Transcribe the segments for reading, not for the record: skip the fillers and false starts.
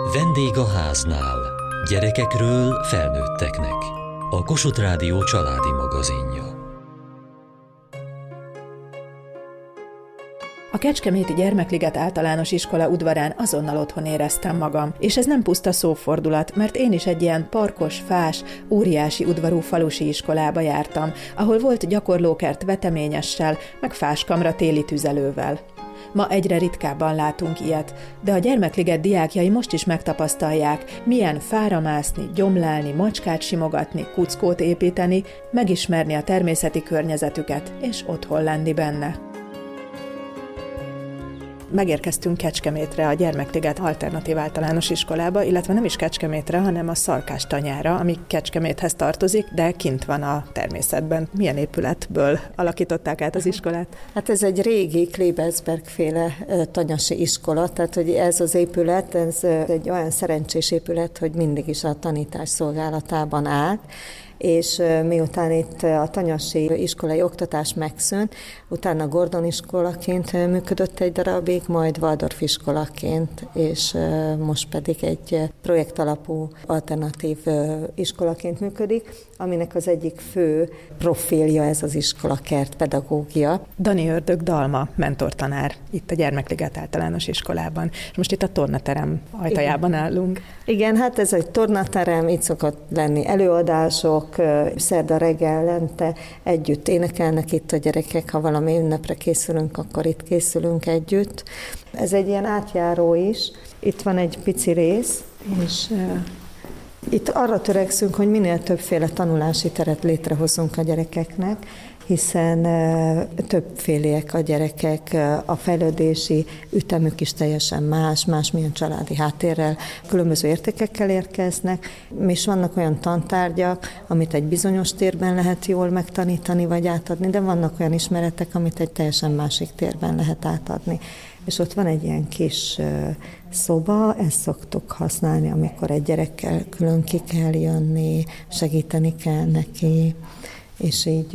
Vendég a háznál. Gyerekekről felnőtteknek. A Kossuth Rádió családi magazinja. A Kecskeméti Gyermekliget Általános Iskola udvarán azonnal otthon éreztem magam. És ez nem puszta szófordulat, mert én is egy ilyen parkos, fás, óriási udvarú falusi iskolába jártam, ahol volt gyakorlókert veteményessel, meg fáskamra téli tüzelővel. Ma egyre ritkábban látunk ilyet, de a Gyermekliget diákjai most is megtapasztalják, milyen fára mászni, gyomlálni, macskát simogatni, kuckót építeni, megismerni a természeti környezetüket és otthon lenni benne. Megérkeztünk Kecskemétre, a Gyermekliget Alternatív Általános Iskolába, illetve nem is Kecskemétre, hanem a Szarkástanyára, ami Kecskeméthez tartozik, de kint van a természetben. Milyen épületből alakították át az iskolát? Hát ez egy régi Klebersberg-féle tanyasi iskola, tehát hogy ez az épület, ez egy olyan szerencsés épület, hogy mindig is a tanítás szolgálatában állt, és miután itt a tanyasi iskolai oktatás megszűnt, utána Gordon iskolaként működött egy darabig, majd Waldorf iskolaként, és most pedig egy projektalapú alternatív iskolaként működik, aminek az egyik fő profilja ez az iskolakert pedagógia. Dani Ördög Dalma, mentortanár itt a Gyermekliget Általános Iskolában. És most itt a tornaterem ajtajában állunk. Igen, hát ez egy tornaterem, itt szokott lenni előadások, szerda reggelente együtt énekelnek itt a gyerekek, ha valami ünnepre készülünk, akkor itt készülünk együtt. Ez egy ilyen átjáró is. Itt van egy pici rész, és itt arra törekszünk, hogy minél többféle tanulási teret létrehozunk a gyerekeknek, hiszen többféléek a gyerekek, a fejlődési ütemük is teljesen másmilyen családi háttérrel, különböző értékekkel érkeznek, és vannak olyan tantárgyak, amit egy bizonyos térben lehet jól megtanítani vagy átadni, de vannak olyan ismeretek, amit egy teljesen másik térben lehet átadni. És ott van egy ilyen kis szoba, ezt szoktuk használni, amikor egy gyerekkel külön ki kell jönni, segíteni kell neki, és így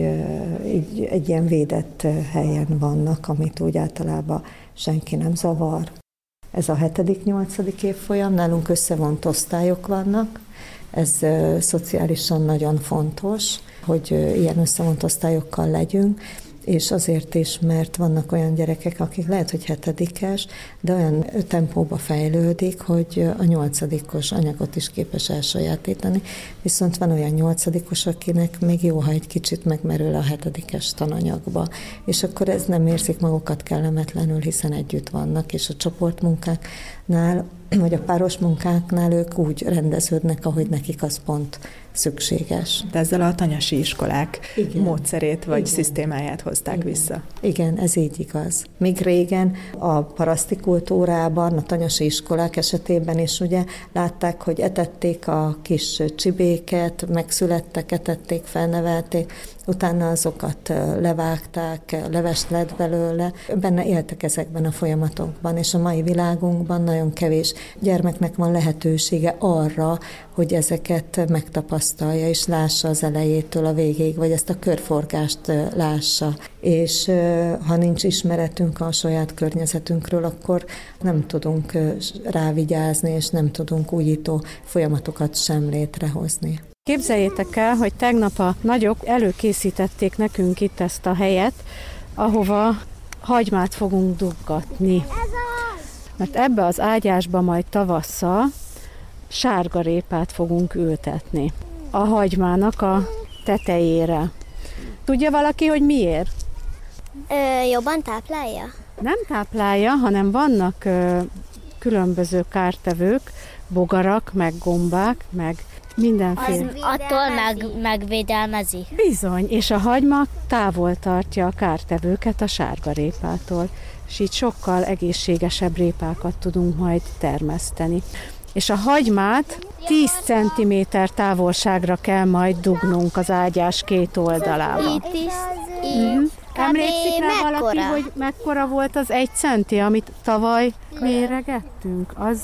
egy ilyen védett helyen vannak, amit úgy általában senki nem zavar. Ez a 7.-8. évfolyam, nálunk összevont osztályok vannak, ez szociálisan nagyon fontos, hogy ilyen összevont osztályokkal legyünk, és azért is, mert vannak olyan gyerekek, akik lehet, hogy 7-es, de olyan tempóba fejlődik, hogy a 8-os anyagot is képes elsajátítani, viszont van olyan 8-os, akinek még jó, ha egy kicsit megmerül a 7-es tananyagba, és akkor ez nem érzik magukat kellemetlenül, hiszen együtt vannak, és a csoportmunkáknál, vagy a páros munkáknál ők úgy rendeződnek, ahogy nekik az pont szükséges. De ezzel a tanyasi iskolák módszerét vagy szisztémáját hozták vissza. Igen, ez így igaz. Míg régen a paraszti kultúrában, a tanyasi iskolák esetében is ugye látták, hogy etették a kis csibéket, megszülettek, etették, felnevelték, utána azokat levágták, levest lett belőle, benne éltek ezekben a folyamatokban, és a mai világunkban nagyon kevés gyermeknek van lehetősége arra, hogy ezeket megtapasztalja, és lássa az elejétől a végéig, vagy ezt a körforgást lássa. És ha nincs ismeretünk a saját környezetünkről, akkor nem tudunk rávigyázni, és nem tudunk újító folyamatokat sem létrehozni. Képzeljétek el, hogy tegnap a nagyok előkészítették nekünk itt ezt a helyet, ahova hagymát fogunk duggatni. Mert ebbe az ágyásba majd tavasszal sárgarépát fogunk ültetni a hagymának a tetejére. Tudja valaki, hogy miért? Jobban táplálja? Nem táplálja, hanem vannak különböző kártevők, bogarak, meg gombák, meg mindenféle. Attól megvédelmezi? Bizony, és a hagyma távol tartja a kártevőket a sárgarépától, és így sokkal egészségesebb répákat tudunk majd termeszteni. És a hagymát 10 cm távolságra kell majd dugnunk az ágyás két oldalába. Itt is. Emlékszik rá valaki, hogy mekkora volt az 1 centi, amit tavaly méregettünk? Az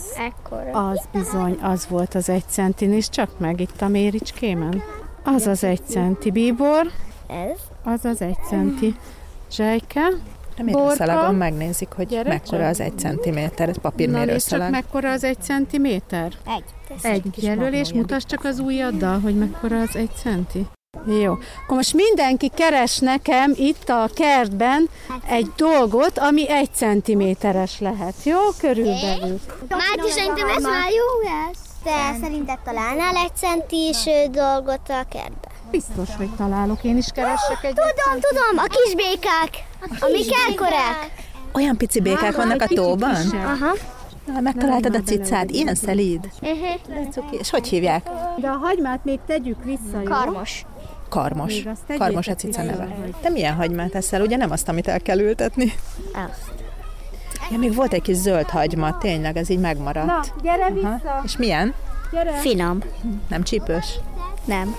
bizony, az volt az 1 centi, nézd csak meg itt a méricskémen. Az az 1 centi, Bíbor. Ez? Az az 1 centi. Zsejke. Mérőszalagon megnézik, hogy mekkora az 1 centiméter, ez papírmérőszalag. Na, mekkora az 1 centiméter? Egy jelölés, mutasd csak az ujjaddal, hogy mekkora az 1 centi. Jó. Akkor most mindenki keres nekem itt a kertben egy dolgot, ami 1 centiméteres lehet. Jó? Körülbelül. Márti, szerintem ez már jó lesz. Te szerinted találnál 1 centis dolgot a kertben? Biztos, hogy találok. Én is keresek egy. Tudom, a kis békák, amik elkorák. Olyan pici békák vannak a tóban? Aha. Megtaláltad a cicát? Ilyen szelíd? Cuki. És hogy hívják? De a hagymát még tegyük vissza, jó? Karmos. Karmos a cica neve. Te milyen hagymát eszel? Ugye nem azt, amit el kell ültetni? Azt. Ja, még volt egy kis zöld hagyma, tényleg, ez így megmaradt. Na, gyere vissza! És milyen? Gyere! Finom. Nem csípős? Nem.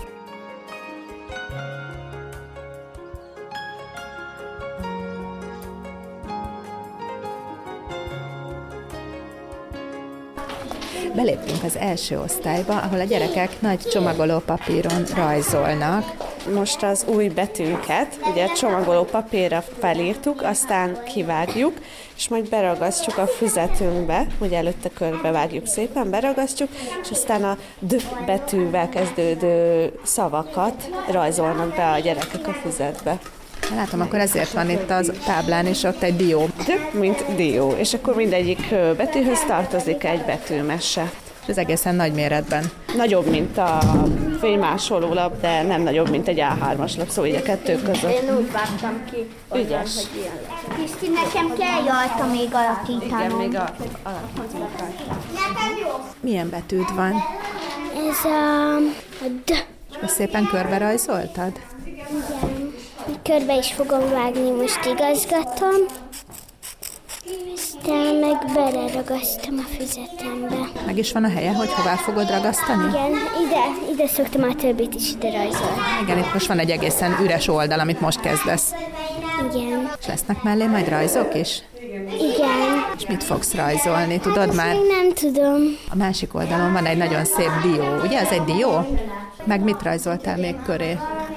Beléptünk az első osztályba, ahol a gyerekek nagy csomagoló papíron rajzolnak. Most az új betűnket, ugye csomagoló papírra felírtuk, aztán kivágjuk, és majd beragasztjuk a füzetünkbe, ugye előtte körbevágjuk szépen, beragasztjuk, és aztán a D betűvel kezdődő szavakat rajzolnak be a gyerekek a füzetbe. Látom, akkor ezért van itt a táblán is ott egy dió. D, mint dió, és akkor mindegyik betűhöz tartozik egy betűmese. És ez egészen nagy méretben. Nagyobb, mint a fénymásoló lap, de nem nagyobb, mint egy A3-as lap, szóval így a kettő között. Én úgy vágtam ki, ügyes. hogy ilyen lesz. Kriszti, nekem kell rajta még alakítanom. Igen, még alakítunk rajta. Milyen betűd van? Ez a D. És szépen körbe rajzoltad? Igen. Körbe is fogom vágni, most igazgatom. Aztán meg beleragasztom a füzetembe. Meg is van a helye, hogy hová fogod ragasztani? Igen, ide szoktam a többit is ide rajzolni. Igen, itt most van egy egészen üres oldal, amit most kezdesz. Igen. És lesznek mellé majd rajzok is? Igen. És mit fogsz rajzolni, tudod már? Még nem tudom. A másik oldalon van egy nagyon szép dió, ugye? Ez egy dió? Meg mit rajzoltál még köré?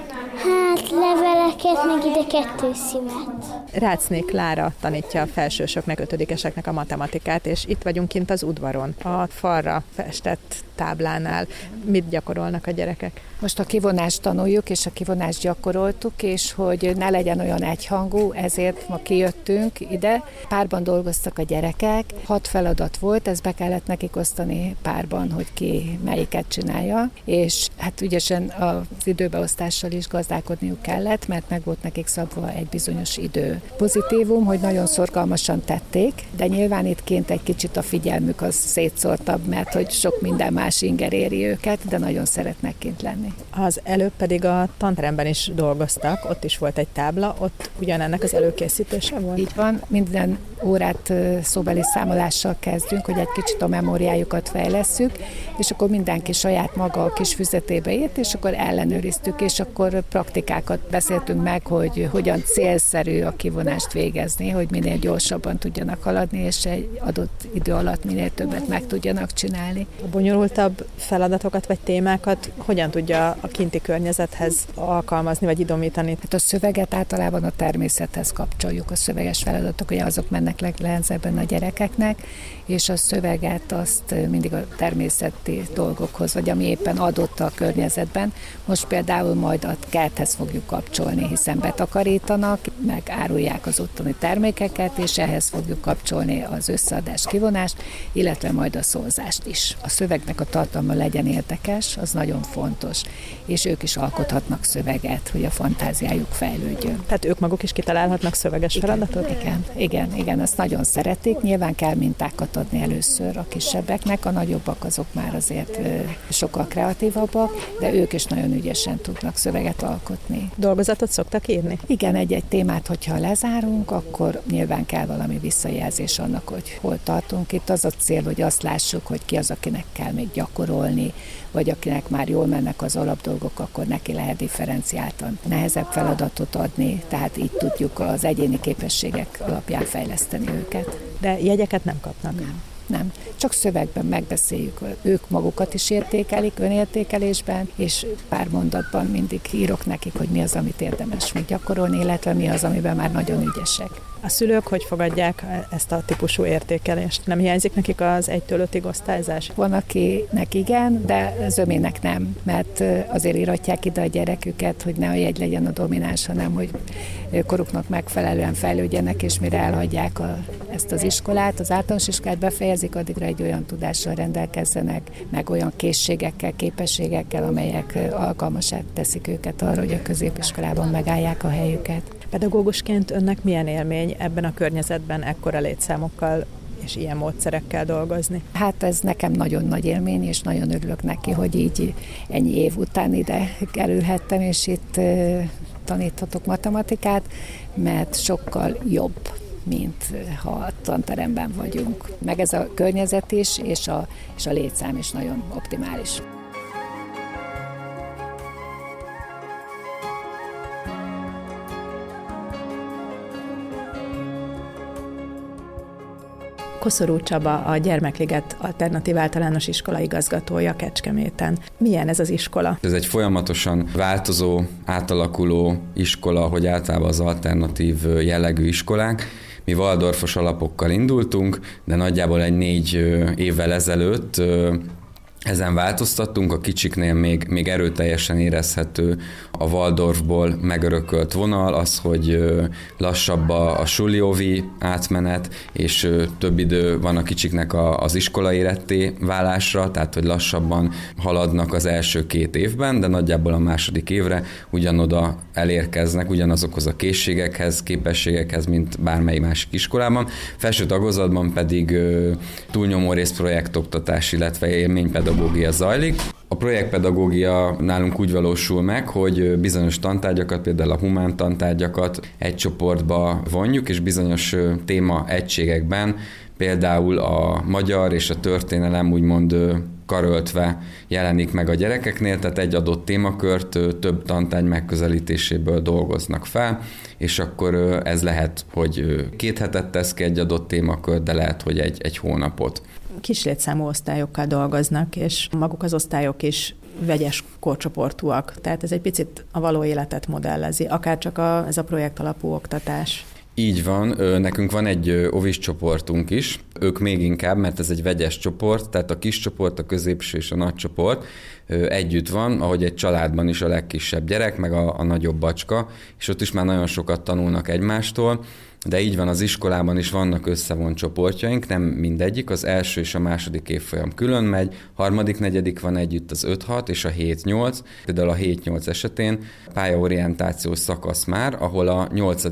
Hát leveleket, meg ide 2 szívet. Rácné Klára tanítja a felsősöknek, 5-eseknek a matematikát, és itt vagyunk kint az udvaron, a falra festett táblánál. Mit gyakorolnak a gyerekek? Most a kivonást tanuljuk, és a kivonást gyakoroltuk, és hogy ne legyen olyan egyhangú, ezért ma kijöttünk ide. Párban dolgoztak a gyerekek, 6 feladat volt, ezt be kellett nekik osztani párban, hogy ki melyiket csinálja, és hát ügyesen az időbeosztással is gazdálkodniuk kellett, mert meg volt nekik szabva egy bizonyos idő. Pozitívum, hogy nagyon szorgalmasan tették, de nyilván itt kint egy kicsit a figyelmük az szétszórtabb, mert hogy sok minden más inger éri őket, de nagyon szeretnek kint lenni. Az előbb pedig a tanteremben is dolgoztak, ott is volt egy tábla, ott ugyanennek az előkészítése volt? Így van, minden órát szóbeli számolással kezdünk, hogy egy kicsit a memóriájukat fejlesszük, és akkor mindenki saját maga a kis füzetébe írt, és akkor ellenőriztük, és akkor praktikákat beszéltünk meg, hogy hogyan célszerű a kivonást végezni, hogy minél gyorsabban tudjanak haladni, és egy adott idő alatt minél többet meg tudjanak csinálni. A bonyolultabb feladatokat vagy témákat hogyan tudja a kinti környezethez alkalmazni vagy idomítani? Hát a szöveget általában a természethez kapcsoljuk, a szöveges feladatok, ugye azok mennek legnehezebben a gyerekeknek, és a szöveget azt mindig a természeti dolgokhoz, vagy ami éppen adott a környezetben. Most például majd a kerthez fogjuk kapcsolni, hiszen betakarítanak, meg árulják az ottani termékeket, és ehhez fogjuk kapcsolni az összeadás kivonást, illetve majd a szózást is. A szövegnek a tartalma legyen érdekes, az nagyon fontos, és ők is alkothatnak szöveget, hogy a fantáziájuk fejlődjön. Tehát ők maguk is kitalálhatnak szöveges feladatot? Igen, azt nagyon szeretik. Nyilván kell mintákat adni először a kisebbeknek, a nagyobbak azok már azért sokkal kreatívabbak, de ők is nagyon ügyesen tudnak szöveget alkotni. Dolgozatot szoktak írni? Igen, egy-egy témát, hogyha lezárunk, akkor nyilván kell valami visszajelzés annak, hogy hol tartunk. Itt az a cél, hogy azt lássuk, hogy ki az, akinek kell még gyakorolni, vagy akinek már jól mennek az alapdolgok, akkor neki lehet differenciáltan nehezebb feladatot adni, tehát így tudjuk az egyéni képességek alapján fejleszteni őket. De jegyeket nem kapnak? Nem. Csak szövegben megbeszéljük. Ők magukat is értékelik önértékelésben, és pár mondatban mindig írok nekik, hogy mi az, amit érdemes még gyakorolni, illetve mi az, amiben már nagyon ügyesek. A szülők hogy fogadják ezt a típusú értékelést? Nem hiányzik nekik az 1-től 5-ig osztályzás? Van, akinek igen, de zömének nem, mert azért íratják ide a gyereküket, hogy ne a jegy legyen a domináns, hanem hogy koruknak megfelelően fejlődjenek, és mire elhagyják ezt az iskolát, az általános iskolát befejezik, addigra egy olyan tudással rendelkezzenek, meg olyan készségekkel, képességekkel, amelyek alkalmassá teszik őket arra, hogy a középiskolában megállják a helyüket. Pedagógusként önnek milyen élmény ebben a környezetben ekkora létszámokkal és ilyen módszerekkel dolgozni? Hát ez nekem nagyon nagy élmény, és nagyon örülök neki, hogy így ennyi év után ide kerülhettem, és itt taníthatok matematikát, mert sokkal jobb, mint ha a tanteremben vagyunk. Meg ez a környezet is, és a létszám is nagyon optimális. Koszorú Csaba, a Gyermekliget Alternatív Általános Iskola igazgatója Kecskeméten. Milyen ez az iskola? Ez egy folyamatosan változó, átalakuló iskola, hogy általában az alternatív jellegű iskolák. Mi waldorfos alapokkal indultunk, de nagyjából egy 4 évvel ezelőtt ezen változtattunk, a kicsiknél még erőteljesen érezhető a Waldorfból megörökölt vonal, az, hogy lassabb a suli-óvi átmenet, és több idő van a kicsiknek az iskolaéretté válásra, tehát hogy lassabban haladnak az első 2 évben, de nagyjából a második évre ugyanoda elérkeznek, ugyanazokhoz a készségekhez, képességekhez, mint bármely másik iskolában. Felső tagozatban pedig túlnyomó rész projektoktatás, illetve élménypedagógia zajlik. A projektpedagógia nálunk úgy valósul meg, hogy bizonyos tantárgyakat, például a humán tantárgyakat egy csoportba vonjuk, és bizonyos téma egységekben, például a magyar és a történelem úgymond karöltve jelenik meg a gyerekeknél, tehát egy adott témakört több tantárgy megközelítéséből dolgoznak fel, és akkor ez lehet, hogy 2 hetet tesz ki egy adott témakör, de lehet, hogy egy hónapot. Kis létszámú osztályokkal dolgoznak, és maguk az osztályok is vegyes korcsoportúak, tehát ez egy picit a való életet modellezi, akár csak ez a projekt alapú oktatás. Így van, nekünk van egy ovis csoportunk is, ők még inkább, mert ez egy vegyes csoport, tehát a kis csoport, a középső és a nagy csoport együtt van, ahogy egy családban is a legkisebb gyerek, meg a nagyobb bacska, és ott is már nagyon sokat tanulnak egymástól, de így van, az iskolában is vannak összevont csoportjaink, nem mindegyik, az első és a második évfolyam külön megy, harmadik, negyedik van együtt az 5-6 és a 7-8, például a 7-8 esetén pályaorientációs szakasz már, ahol a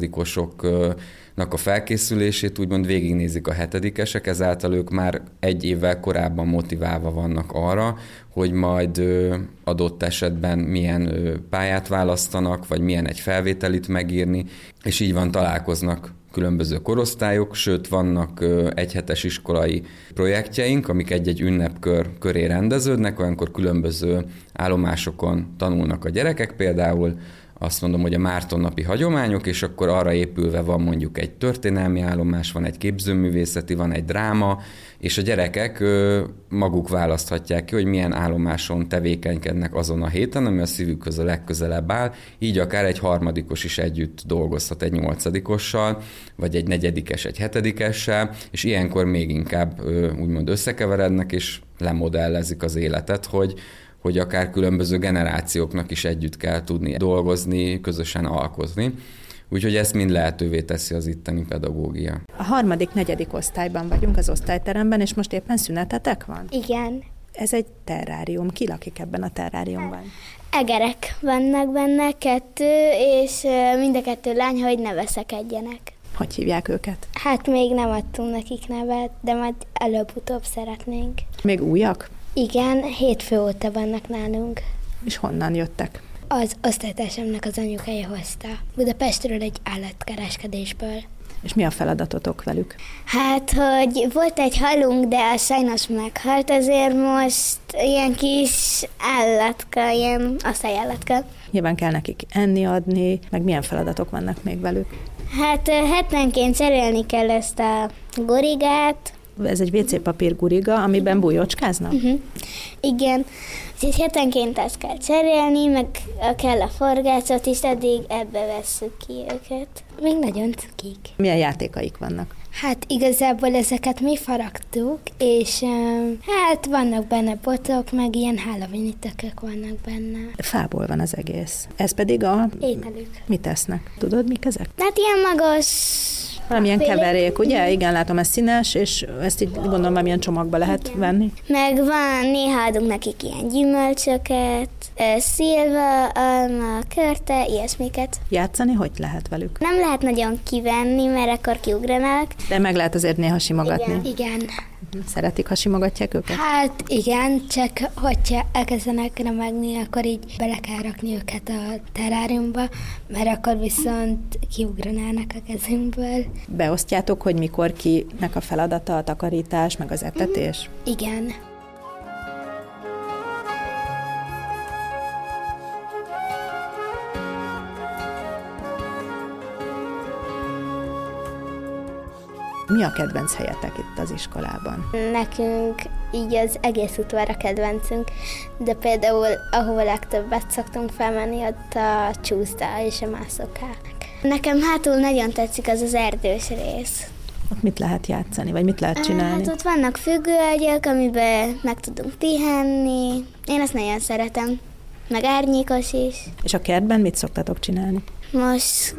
8-osoknak a felkészülését úgymond végignézik a 7-esek, ezáltal ők már egy évvel korábban motiválva vannak arra, hogy majd adott esetben milyen pályát választanak, vagy milyen egy felvételit megírni, és így van, találkoznak különböző korosztályok, sőt vannak egyhetes iskolai projektjeink, amik egy-egy ünnepkör köré rendeződnek, olyankor különböző állomásokon tanulnak a gyerekek, például azt mondom, hogy a Márton napi hagyományok, és akkor arra épülve van mondjuk egy történelmi állomás, van egy képzőművészeti, van egy dráma, és a gyerekek maguk választhatják ki, hogy milyen állomáson tevékenykednek azon a héten, ami a szívükhöz a legközelebb áll, így akár egy harmadikos is együtt dolgozhat egy 8-ossal, vagy egy 4-es, egy 7-essel, és ilyenkor még inkább úgymond összekeverednek, és lemodellezik az életet, hogy akár különböző generációknak is együtt kell tudni dolgozni, közösen alkotni. Úgyhogy ezt mind lehetővé teszi az itteni pedagógia. A harmadik, negyedik osztályban vagyunk az osztályteremben, és most éppen szünetetek van? Igen. Ez egy terrárium. Ki lakik ebben a terráriumban? Egerek vannak benne 2, és mind a 2 lány, hogy ne veszekedjenek. Hogy hívják őket? Hát még nem adtunk nekik nevet, de majd előbb-utóbb szeretnénk. Még újak? Igen, hétfő óta vannak nálunk. És honnan jöttek? Az osztálytársamnak az anyukája hozta. Budapestről egy állatkereskedésből. És mi a feladatotok velük? Hát, hogy volt egy halunk, de az sajnos meghalt, ezért most ilyen kis állatka, ilyen osztályállatka. Nyilván kell nekik enni, adni, meg milyen feladatok vannak még velük? Hát hetenként cserélni kell ezt a gorigát, Ez egy WC papír guriga, amiben bújócskáznak? Igen, úgyhogy hetenként ezt kell cserélni, meg kell a forgácsot is, eddig ebbe vesszük ki őket. Még nagyon cukik. Milyen játékaik vannak? Hát igazából ezeket mi faragtuk, és hát vannak benne botok, meg ilyen Halloween tökök vannak benne. Fából van az egész. Ez pedig a... Ételük. Mit tesznek? Tudod, mik ezek? Hát ilyen magos... Valamilyen keverék, ugye? Igen, látom, ez színes, és ezt így gondolom, valamilyen csomagba lehet venni. Meg van, néha adunk nekik ilyen gyümölcsöket, szilva, alma, körte, ilyesmiket. Játszani hogy lehet velük? Nem lehet nagyon kivenni, mert akkor kiugranak. De meg lehet azért néha simogatni. Igen. Szeretik, ha simogatják őket? Hát igen, csak hogyha elkezdenek remegni, akkor így bele kell rakni őket a terráriumba, mert akkor viszont kiugranának a kezünkből. Beosztjátok, hogy mikor kinek a feladata a takarítás, meg az etetés? Igen. Mi a kedvenc helyetek itt az iskolában? Nekünk így az egész udvar a kedvencünk, de például ahova legtöbbet szoktunk felmenni, ott a csúszda és a mászókák. Nekem hátul nagyon tetszik az az erdős rész. Ott mit lehet játszani, vagy mit lehet csinálni? Hát ott vannak függőágyak, amiben meg tudunk pihenni. Én ezt nagyon szeretem. Meg árnyékos is. És a kertben mit szoktatok csinálni? Most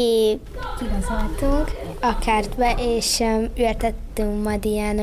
kigazoltunk a kertbe, és ültettünk majd ilyen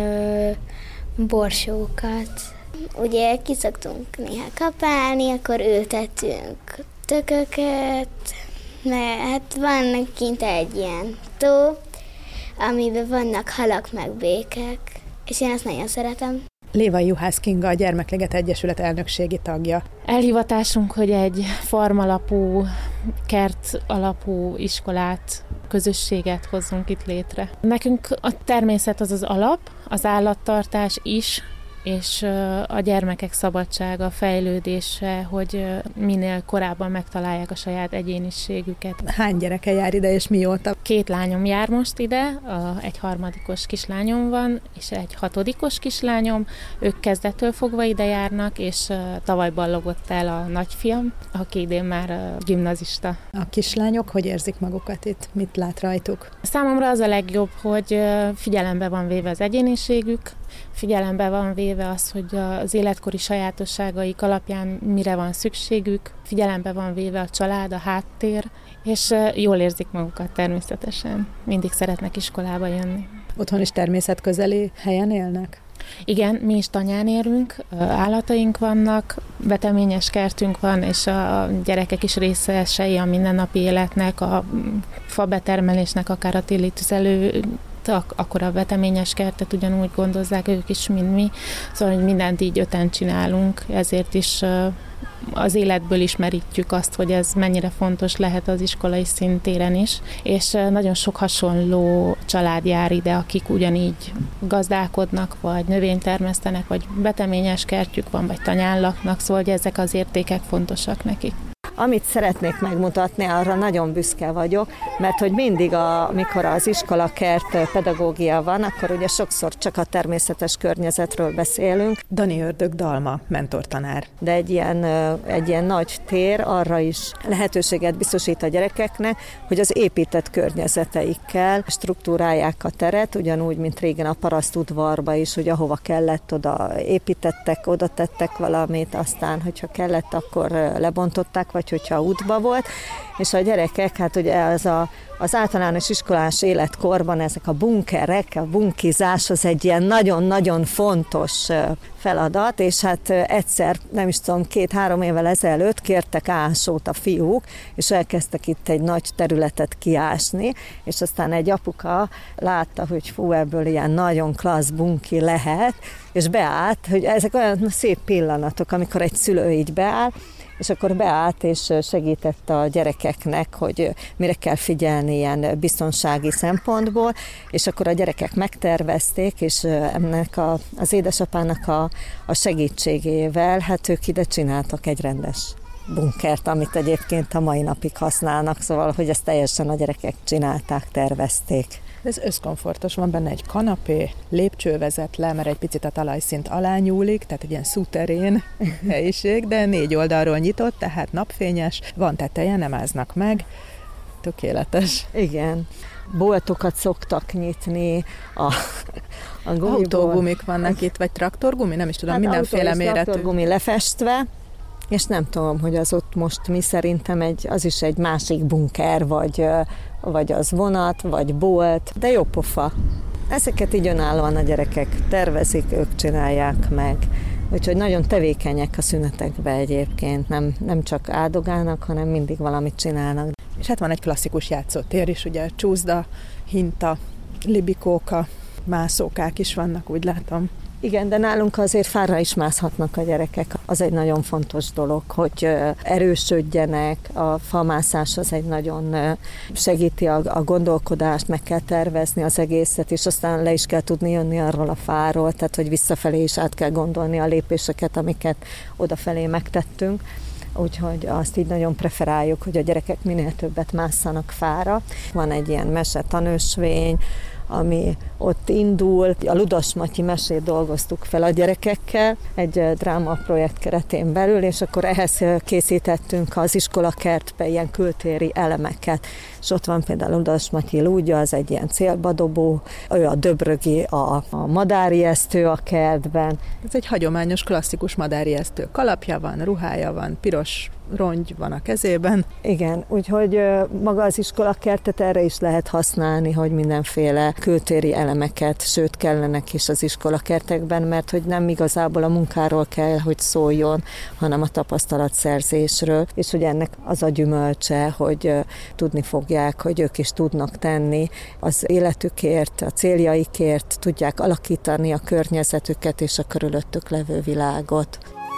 borsókat. Ugye ki szoktunk néha kapálni, akkor ültettünk tököket, mert hát van kint egy ilyen tó, amiben vannak halak meg békek, és én ezt nagyon szeretem. Lévai Juhász Kinga, a Gyermekliget Egyesület elnökségi tagja. Elhivatásunk, hogy egy farmalapú, kert alapú iskolát, közösséget hozzunk itt létre. Nekünk a természet az az alap, az állattartás is, és a gyermekek szabadsága, fejlődése, hogy minél korábban megtalálják a saját egyéniségüket. Hány gyereke jár ide, és mióta? 2 lányom jár most ide, egy 3. kislányom van, és egy 6. kislányom. Ők kezdettől fogva ide járnak, és tavaly ballogott el a nagyfiam, aki idén már gimnazista. A kislányok hogy érzik magukat itt? Mit lát rajtuk? Számomra az a legjobb, hogy figyelembe van véve az egyéniségük, figyelembe van véve az, hogy az életkori sajátosságaik alapján mire van szükségük, figyelembe van véve a család, a háttér, és jól érzik magukat természetesen. Mindig szeretnek iskolába jönni. Otthon is természetközeli helyen élnek? Igen, mi is tanyán élünk, állataink vannak, veteményes kertünk van, és a gyerekek is részesei a mindennapi életnek, a fabetermelésnek, akár a téli tüzelő, akkor a veteményes kertet ugyanúgy gondozzák ők is, mint mi. Szóval, hogy mindent így 5-en csinálunk, ezért is az életből ismerítjük azt, hogy ez mennyire fontos lehet az iskolai szintéren is, és nagyon sok hasonló család jár ide, akik ugyanígy gazdálkodnak, vagy növényt termesztenek, vagy veteményes kertjük van, vagy tanyán laknak, szóval hogy ezek az értékek fontosak nekik. Amit szeretnék megmutatni, arra nagyon büszke vagyok, mert hogy mindig, amikor az iskolakert pedagógia van, akkor ugye sokszor csak a természetes környezetről beszélünk. Dani Ördög Dalma, mentortanár. De egy ilyen nagy tér arra is lehetőséget biztosít a gyerekeknek, hogy az épített környezeteikkel struktúrálják a teret, ugyanúgy, mint régen a parasztudvarba is, hogy ahova kellett, oda építettek, oda tettek valamit, aztán, hogyha kellett, akkor lebontották, vagy hogyha útba volt, és a gyerekek, hát ugye az általános iskolás életkorban ezek a bunkerek, a bunkizás az egy ilyen nagyon-nagyon fontos feladat, és hát egyszer, nem is tudom, 2-3 évvel ezelőtt kértek ásót a fiúk, és elkezdtek itt egy nagy területet kiásni, és aztán egy apuka látta, hogy fú, ebből ilyen nagyon klassz bunki lehet, és beállt, hogy ezek olyan szép pillanatok, amikor egy szülő így beáll, és akkor beállt és segített a gyerekeknek, hogy mire kell figyelni ilyen biztonsági szempontból, és akkor a gyerekek megtervezték, és ennek az édesapának a segítségével, hát ők ide csináltak egy rendes bunkert, amit egyébként a mai napig használnak, szóval, hogy ezt teljesen a gyerekek csinálták, tervezték. Ez összkomfortos, van benne egy kanapé, lépcső vezet le, mert egy picit a talajszint alá nyúlik, tehát egy ilyen szuterén helyiség, de 4 oldalról nyitott, tehát napfényes, van teteje, nem áznak meg, tökéletes. Igen. Boltokat szoktak nyitni, a autógumik vannak itt, vagy traktorgumi, nem is tudom, hát mindenféle méretű. Traktorgumi lefestve, és nem tudom, hogy az ott most mi szerintem az is egy másik bunker, vagy az vonat, vagy bolt, de jó pofa. Ezeket így önállóan a gyerekek tervezik, ők csinálják meg. Úgyhogy nagyon tevékenyek a szünetekben egyébként, nem csak áldogálnak, hanem mindig valamit csinálnak. És hát van egy klasszikus játszótér is, ugye csúszda, hinta, libikóka, mászókák is vannak, úgy látom. Igen, de nálunk azért fára is mászhatnak a gyerekek. Az egy nagyon fontos dolog, hogy erősödjenek. A famászás az egy nagyon segíti a gondolkodást, meg kell tervezni az egészet, és aztán le is kell tudni jönni arról a fáról, tehát hogy visszafelé is át kell gondolni a lépéseket, amiket odafelé megtettünk. Úgyhogy azt így nagyon preferáljuk, hogy a gyerekek minél többet másszanak fára. Van egy ilyen mesetanösvény, ami ott indul. A Ludas Matyi mesét dolgoztuk fel a gyerekekkel egy drámaprojekt keretén belül, és akkor ehhez készítettünk az iskolakertbe ilyen kültéri elemeket. És ott van például Ludas Matyi lúdja, az egy ilyen célbadobó, ő a döbrögi, a madárijesztő a kertben. Ez egy hagyományos, klasszikus madárijesztő. Kalapja van, ruhája van, piros rongy van a kezében. Igen, úgyhogy maga az iskolakertet erre is lehet használni, hogy mindenféle kültéri elemeket, sőt kellenek is az iskolakertekben, mert hogy nem igazából a munkáról kell, hogy szóljon, hanem a tapasztalatszerzésről, és hogy ennek az a gyümölcse, hogy tudni fogják, hogy ők is tudnak tenni az életükért, a céljaikért, tudják alakítani a környezetüket és a körülöttük levő világot.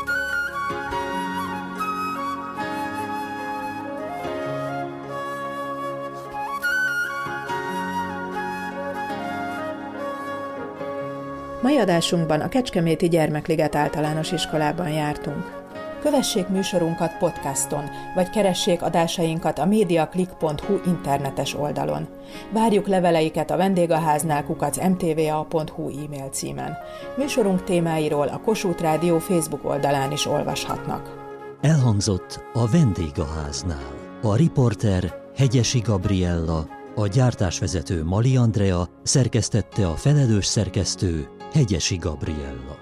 Mai adásunkban a Kecskeméti Gyermekliget Általános Iskolában jártunk. Kövessék műsorunkat podcaston, vagy keressék adásainkat a mediaclick.hu internetes oldalon. Várjuk leveleiket a vendégháznál @mtva.hu e-mail címen. Műsorunk témáiról a Kossuth Rádió Facebook oldalán is olvashatnak. Elhangzott a vendégháznál. A riporter Hegyesi Gabriella, a gyártásvezető Mali Andrea, szerkesztette a felelős szerkesztő Hegyesi Gabriella.